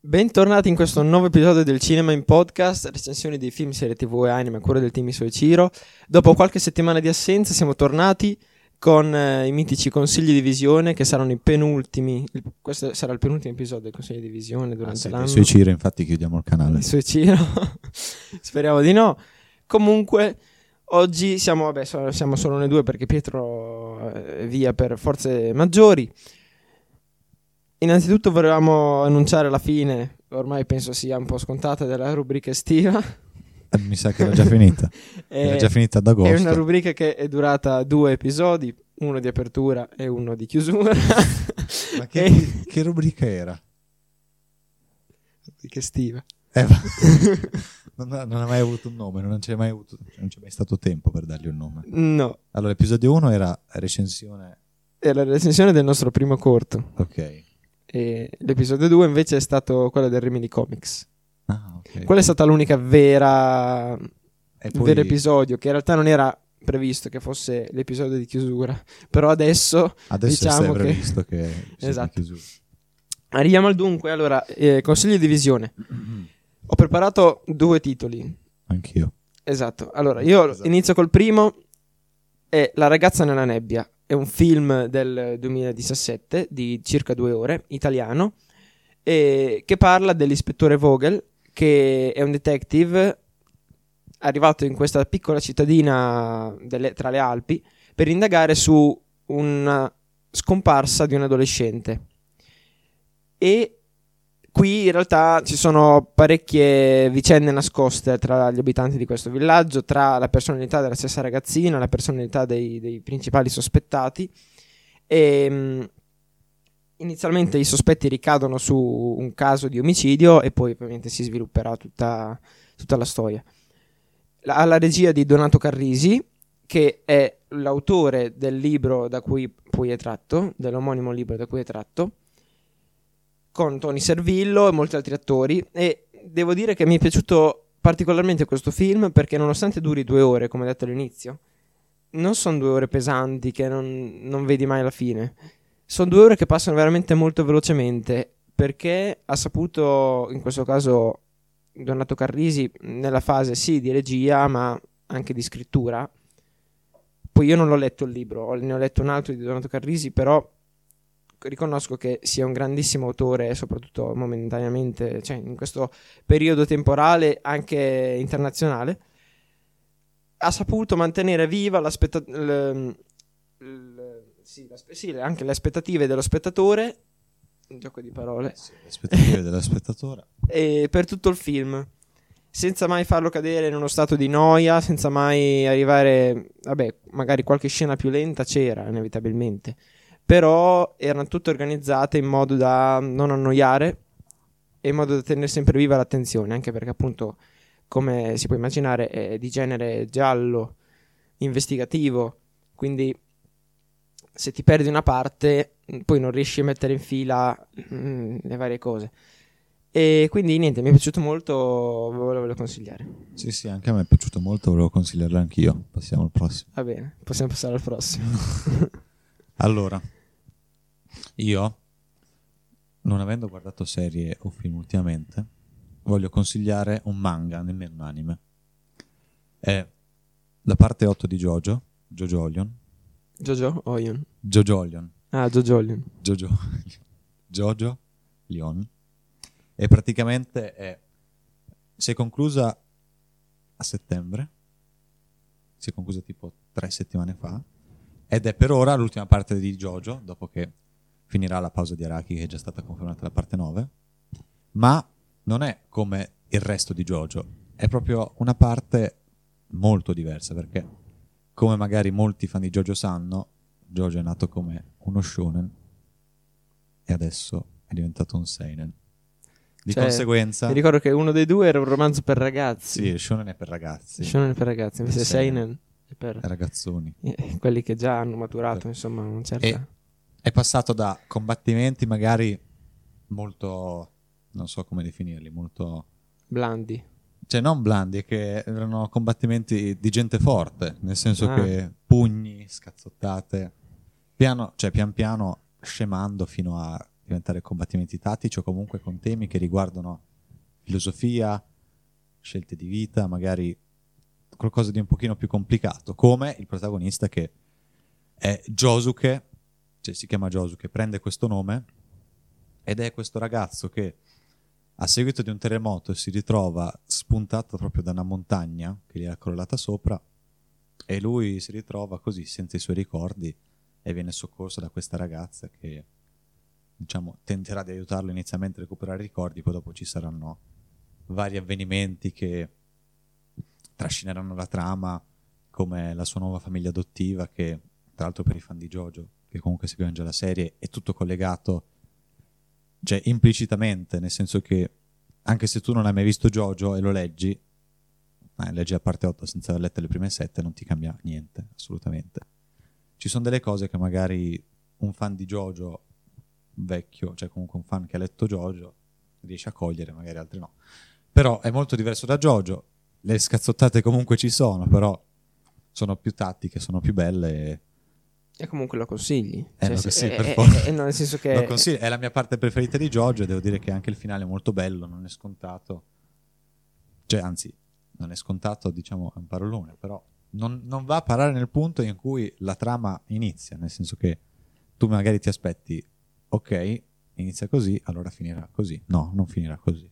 Bentornati in questo nuovo episodio del Cinema in Podcast, recensioni di film, serie TV e anime a cura del team Isoichiro. Dopo qualche settimana di assenza siamo tornati con i mitici consigli di visione, che saranno i penultimi. Questo sarà il penultimo episodio del consiglio di visione durante l'anno. Isoichiro, infatti chiudiamo il canale. Isoichiro. Speriamo di no. Comunque oggi siamo solo noi due perché Pietro è via per forze maggiori. Innanzitutto volevamo annunciare la fine, ormai penso sia un po' scontata, della rubrica estiva. Mi sa che era già finita. Era già finita ad agosto. È una rubrica che è durata 2 episodi, uno di apertura e uno di chiusura. Ma che rubrica era? Rubrica estiva. Non ha mai avuto un nome, non c'è mai stato tempo per dargli un nome. No. Allora, l'episodio 1 era recensione. È la recensione del nostro primo corto. Ok. E l'episodio 2 invece è stato quello del Rimini Comics. Ah, ok. Quella è stata l'unica vero episodio, che in realtà non era previsto che fosse l'episodio di chiusura, però adesso diciamo è previsto che esatto. chiusura. Arriviamo al dunque. Allora, consigli di visione. Ho preparato 2 titoli. Anch'io. Esatto. Allora, io inizio col primo. È La ragazza nella nebbia. È un film del 2017 di circa 2 ore, italiano, che parla dell'ispettore Vogel, che è un detective arrivato in questa piccola cittadina tra le Alpi per indagare su una scomparsa di un adolescente. E qui in realtà ci sono parecchie vicende nascoste tra gli abitanti di questo villaggio, tra la personalità della stessa ragazzina, la personalità dei principali sospettati. E inizialmente i sospetti ricadono su un caso di omicidio e poi ovviamente si svilupperà tutta la storia. Alla regia di Donato Carrisi, che è l'autore del libro da cui poi è tratto, dell'omonimo libro da cui è tratto, con Tony Servillo e molti altri attori. E devo dire che mi è piaciuto particolarmente questo film perché, nonostante duri 2 ore, come detto all'inizio, non sono 2 ore pesanti che non vedi mai la fine. Sono 2 ore che passano veramente molto velocemente, perché ha saputo, in questo caso Donato Carrisi, nella fase sì di regia ma anche di scrittura. Poi io non l'ho letto il libro, ne ho letto un altro di Donato Carrisi, però riconosco che sia un grandissimo autore, soprattutto momentaneamente, cioè in questo periodo temporale anche internazionale. Ha saputo mantenere viva anche le aspettative dello spettatore, un gioco di parole, sì, le aspettative dello spettatore, e per tutto il film, senza mai farlo cadere in uno stato di noia, senza mai arrivare, magari qualche scena più lenta c'era inevitabilmente, però erano tutte organizzate in modo da non annoiare e in modo da tenere sempre viva l'attenzione, anche perché appunto, come si può immaginare, è di genere giallo, investigativo, quindi se ti perdi una parte poi non riesci a mettere in fila le varie cose. E quindi niente, mi è piaciuto molto, ve lo volevo consigliare. Sì, anche a me è piaciuto molto, volevo consigliarlo anch'io. Passiamo al prossimo. Va bene, possiamo passare al prossimo. Allora, io, non avendo guardato serie o film ultimamente, voglio consigliare un manga, nemmeno un anime. È la parte 8 di Jojo Lion. Jojo Lion. E praticamente si è conclusa a settembre, si è conclusa tipo 3 settimane fa, ed è per ora l'ultima parte di Jojo, dopo che finirà la pausa di Araki, che è già stata confermata la parte 9. Ma non è come il resto di Jojo, è proprio una parte molto diversa, perché come magari molti fan di Jojo sanno, Jojo è nato come uno shonen e adesso è diventato un seinen. Di conseguenza, mi ricordo che uno dei 2 era un romanzo per ragazzi. Sì, shonen è per ragazzi. Shonen è per ragazzi, invece seinen è per ragazzoni, quelli che già hanno maturato, insomma, un certo. È passato da combattimenti magari molto, non so come definirli, molto blandi. Cioè non blandi, che erano combattimenti di gente forte, nel senso che pugni, scazzottate, pian piano scemando fino a diventare combattimenti tattici o comunque con temi che riguardano filosofia, scelte di vita, magari qualcosa di un pochino più complicato, come il protagonista che è Josuke, cioè si chiama Josuke, prende questo nome ed è questo ragazzo che a seguito di un terremoto si ritrova spuntato proprio da una montagna che gli è crollata sopra e lui si ritrova così senza i suoi ricordi e viene soccorso da questa ragazza che, diciamo, tenterà di aiutarlo inizialmente a recuperare i ricordi, poi dopo ci saranno vari avvenimenti che trascineranno la trama, come la sua nuova famiglia adottiva, che tra l'altro per i fan di JoJo, che comunque seguono già la serie, è tutto collegato, cioè implicitamente, nel senso che anche se tu non hai mai visto JoJo e lo leggi, leggi la parte 8 senza aver letto le prime 7, non ti cambia niente, assolutamente. Ci sono delle cose che magari un fan di JoJo vecchio, cioè comunque un fan che ha letto JoJo, riesce a cogliere, magari altri no. Però è molto diverso da JoJo, le scazzottate comunque ci sono, però sono più tattiche, sono più belle e comunque lo consigli. Lo consigli, per forza. Nel senso che lo consiglio, è la mia parte preferita di JoJo e devo dire che anche il finale è molto bello, non è scontato, cioè anzi non è scontato, diciamo è un parolone, però non va a parare nel punto in cui la trama inizia, nel senso che tu magari ti aspetti, ok, inizia così, allora finirà così. No, non finirà così.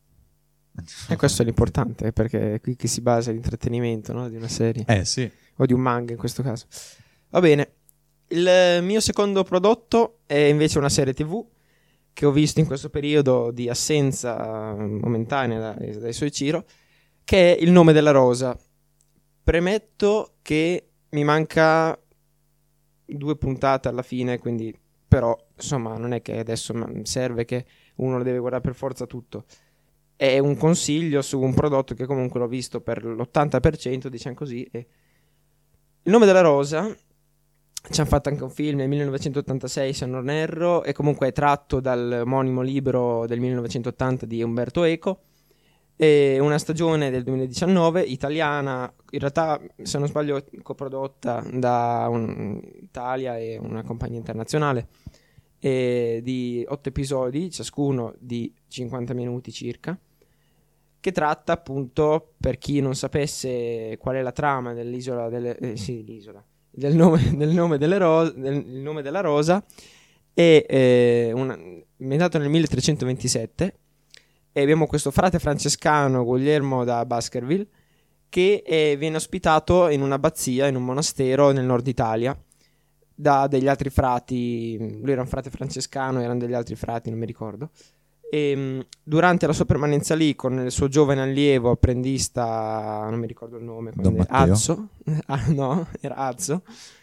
E questo è l'importante, perché è qui che si basa l'intrattenimento, no? Di una serie. Sì. O di un manga in questo caso. Va bene. Il mio secondo prodotto è invece una serie TV che ho visto in questo periodo di assenza momentanea dai Soichiro, che è Il nome della rosa. Premetto che mi manca 2 puntate alla fine, quindi però insomma non è che adesso serve che uno lo deve guardare per forza tutto. È un consiglio su un prodotto che comunque l'ho visto per l'80%, diciamo così. E Il nome della rosa ci hanno fatto anche un film nel 1986 se non erro, e comunque è tratto dal omonimo libro del 1980 di Umberto Eco. È una stagione del 2019 italiana, in realtà se non sbaglio coprodotta da Italia e una compagnia internazionale, di 8 episodi, ciascuno di 50 minuti circa, che tratta appunto, per chi non sapesse qual è la trama dell'isola del nome della rosa, è inventato nel 1327. E abbiamo questo frate francescano Guglielmo da Baskerville che viene ospitato in un'abbazia, in un monastero nel nord Italia da degli altri frati. Lui era un frate francescano, erano degli altri frati, non mi ricordo. E durante la sua permanenza lì con il suo giovane allievo apprendista, non mi ricordo il nome, Azzo. No, era Azzo.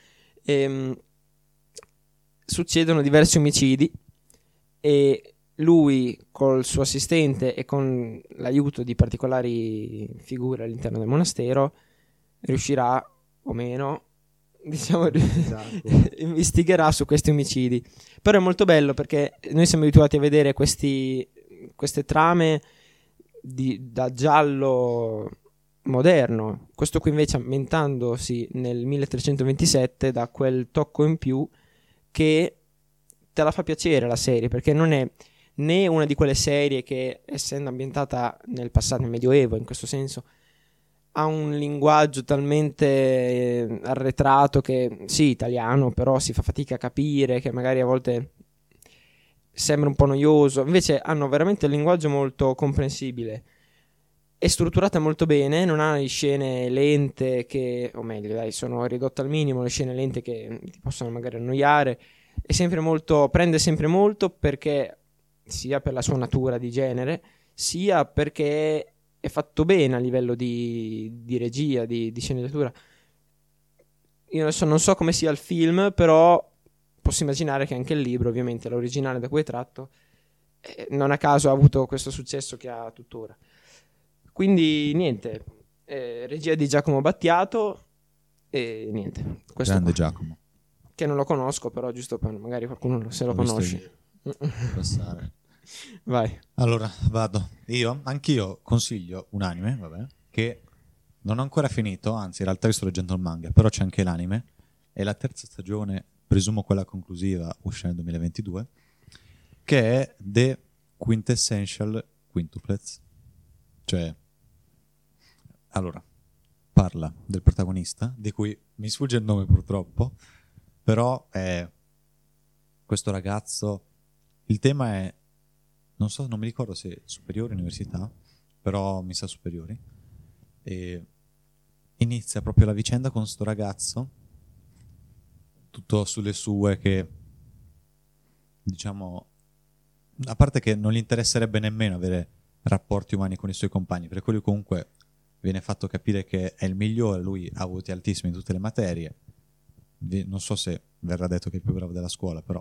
Succedono diversi omicidi e lui col suo assistente e con l'aiuto di particolari figure all'interno del monastero riuscirà o meno, diciamo, investigherà su questi omicidi. Però è molto bello perché noi siamo abituati a vedere queste trame da giallo moderno. Questo qui invece, ambientandosi nel 1327, dà quel tocco in più che te la fa piacere la serie, perché non è né una di quelle serie che, essendo ambientata nel passato, nel Medioevo in questo senso, ha un linguaggio talmente arretrato che sì, italiano, però si fa fatica a capire, che magari a volte sembra un po' noioso. Invece hanno veramente un linguaggio molto comprensibile, è strutturata molto bene, non ha le scene lente che, o meglio dai, sono ridotte al minimo le scene lente che ti possono magari annoiare. È sempre molto, prende sempre molto, perché sia per la sua natura di genere, sia perché è fatto bene a livello di regia, di sceneggiatura. Io adesso non so come sia il film, però posso immaginare che anche il libro, ovviamente l'originale da cui è tratto, non a caso ha avuto questo successo che ha tuttora. Quindi niente, regia di Giacomo Battiato e niente. Questo grande qua. Giacomo. Che non lo conosco, però giusto per magari qualcuno se lo conosce. Passare. Vai. Allora, vado. Anch'io consiglio un anime, vabbè, che non ho ancora finito, anzi in realtà io sto leggendo il manga, però c'è anche l'anime, è la terza stagione, presumo quella conclusiva, uscita nel 2022, che è The Quintessential Quintuplets. Cioè, allora, parla del protagonista, di cui mi sfugge il nome purtroppo, però è questo ragazzo, il tema è, non so, non mi ricordo se superiori o università, però mi sa superiori, e inizia proprio la vicenda con sto ragazzo, tutto sulle sue, che diciamo, a parte che non gli interesserebbe nemmeno avere rapporti umani con i suoi compagni, perché lui comunque viene fatto capire che è il migliore, lui ha voti altissimi in tutte le materie, non so se verrà detto che è il più bravo della scuola, però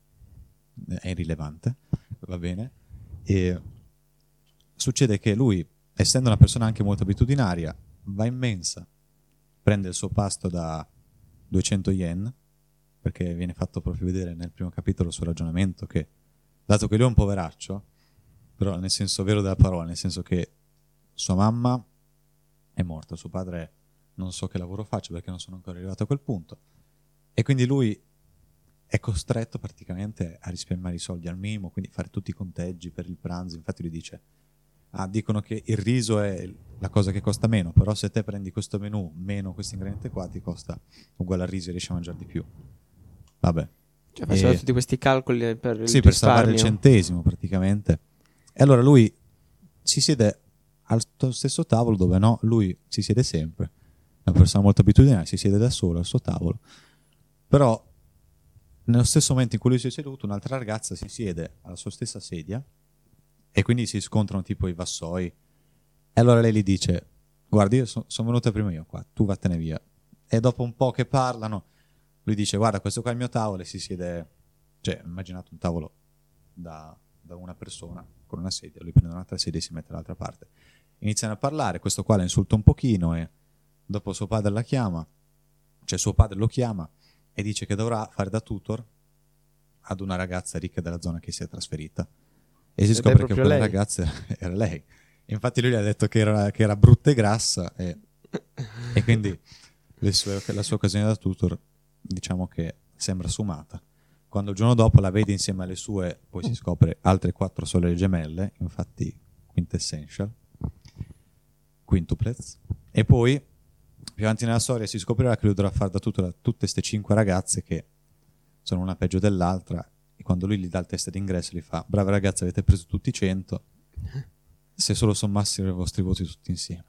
è irrilevante, va bene. E succede che lui, essendo una persona anche molto abitudinaria, va in mensa, prende il suo pasto da 200 yen, perché viene fatto proprio vedere nel primo capitolo il suo ragionamento che, dato che lui è un poveraccio, però nel senso vero della parola, nel senso che sua mamma è morta, suo padre non so che lavoro faccia perché non sono ancora arrivato a quel punto, e quindi lui è costretto praticamente a risparmiare i soldi al minimo, quindi fare tutti i conteggi per il pranzo. Infatti lui dice, dicono che il riso è la cosa che costa meno, però se te prendi questo menù meno questo ingrediente qua ti costa uguale al riso e riesci a mangiare di più. Vabbè. Cioè faceva tutti questi calcoli per il sì, per salvare il centesimo praticamente. E allora lui si siede al stesso tavolo dove no, lui si siede sempre, una persona molto abitudinaria, si siede da solo al suo tavolo, però nello stesso momento in cui lui si è seduto un'altra ragazza si siede alla sua stessa sedia e quindi si scontrano tipo i vassoi, e allora lei gli dice, guarda, io sono venuta prima io qua, tu vattene via. E dopo un po' che parlano lui dice, guarda, questo qua è il mio tavolo, e si siede, cioè immaginate un tavolo da una persona con una sedia, lui prende un'altra sedia e si mette dall'altra parte, iniziano a parlare, questo qua la insulta un pochino e dopo suo padre la chiama, cioè suo padre lo chiama e dice che dovrà fare da tutor ad una ragazza ricca della zona che si è trasferita, e si scopre che quella ragazza era lei. Infatti lui gli ha detto che era brutta e grassa, e quindi la sua occasione da tutor diciamo che sembra sfumata. Quando il giorno dopo la vede insieme alle sue, poi si scopre, altre 4 sorelle gemelle, infatti quintessential, quintuplets, e poi più avanti nella storia si scoprirà che lui dovrà fare da tutto a tutte queste 5 ragazze che sono una peggio dell'altra, e quando lui gli dà il test d'ingresso gli fa, brave ragazze, avete preso tutti 100, se solo sommassero i vostri voti tutti insieme.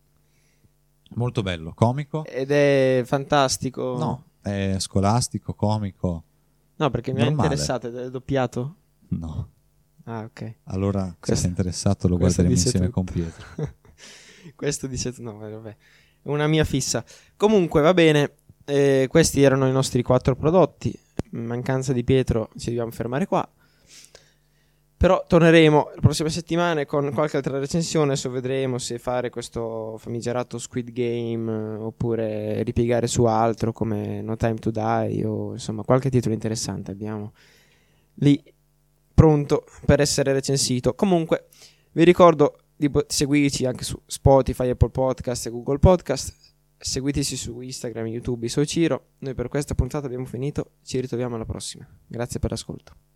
Molto bello, comico. Ed è fantastico. No, è scolastico, comico. No, perché mi ha interessato, è doppiato? No. Ah, ok. Allora, se sei interessato lo guarderemo insieme con Pietro. Questo dice no, vabbè. È una mia fissa. Comunque, va bene. Questi erano i nostri 4 prodotti. In mancanza di Pietro ci dobbiamo fermare qua. Però torneremo la prossima settimana con qualche altra recensione. Adesso vedremo se fare questo famigerato Squid Game oppure ripiegare su altro come No Time to Die, o insomma qualche titolo interessante abbiamo lì pronto per essere recensito. Comunque vi ricordo di seguirci anche su Spotify, Apple Podcast e Google Podcast. Seguiteci su Instagram, YouTube, Soy Ciro. Noi per questa puntata abbiamo finito, ci ritroviamo alla prossima. Grazie per l'ascolto.